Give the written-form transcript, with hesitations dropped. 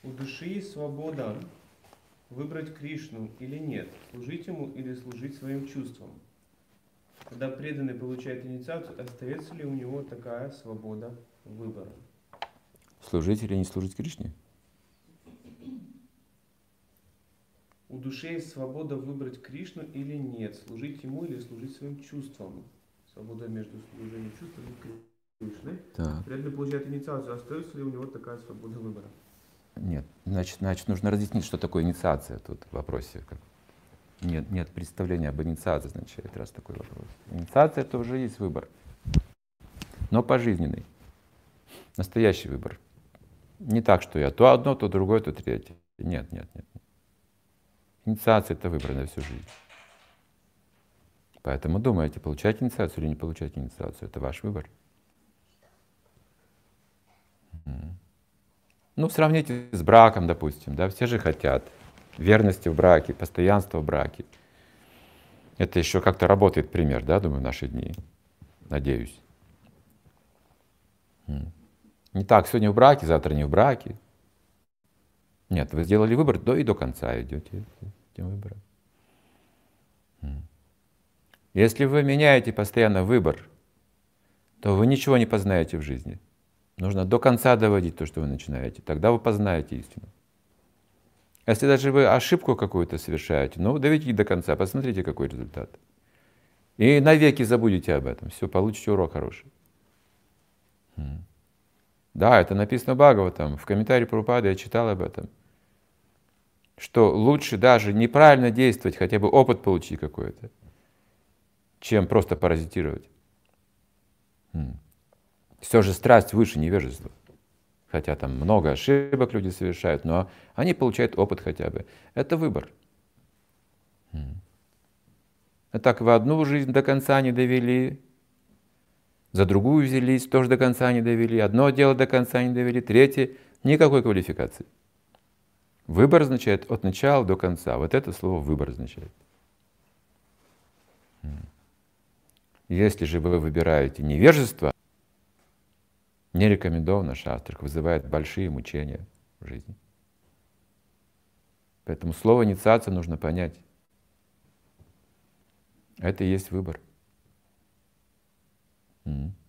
У души есть свобода выбрать Кришну или нет, служить ему или служить своим чувствам. Когда преданный получает инициацию, остается ли у него такая свобода выбора? Служить или не служить Кришне? У души есть свобода выбрать Кришну или нет, служить ему или служить своим чувствам. Свобода между служением чувствам и Кришной. Так. Преданный получает инициацию, остается ли у него такая свобода выбора? Нет. Значит, нужно разъяснить, что такое инициация тут в вопросе. Нет представления об инициации, означает, раз такой вопрос. Инициация — это уже есть выбор, но пожизненный, настоящий выбор. Не так, что я то одно, то другое, то третье. Нет. Инициация — это выбор на всю жизнь. Поэтому думайте, получать инициацию или не получать инициацию. Это ваш выбор. Ну, сравните с браком, допустим, да, все же хотят верности в браке, постоянства в браке. Это еще как-то работает пример, да, думаю, в наши дни, надеюсь. Не так, сегодня в браке, завтра не в браке. Нет, вы сделали выбор, до конца идете этим выбором. Если вы меняете постоянно выбор, то вы ничего не познаете в жизни. Нужно до конца доводить то, что вы начинаете, тогда вы познаете истину. Если даже вы ошибку какую-то совершаете, ну, доведите до конца, посмотрите, какой результат. И навеки забудете об этом, все, получите урок хороший. Да, это написано в Бхагаватам, в комментарии Прабхупады я читал об этом, что лучше даже неправильно действовать, хотя бы опыт получить какой-то, чем просто паразитировать. Все же страсть выше невежества. Хотя там много ошибок люди совершают, но они получают опыт хотя бы. Это выбор. А так вы одну жизнь до конца не довели, за другую взялись, тоже до конца не довели, одно дело до конца не довели, третье — никакой квалификации. Выбор означает от начала до конца. Вот это слово «выбор» означает. Если же вы выбираете невежество, не рекомендовано в шастрах, вызывает большие мучения в жизни. Поэтому слово инициация нужно понять. Это и есть выбор.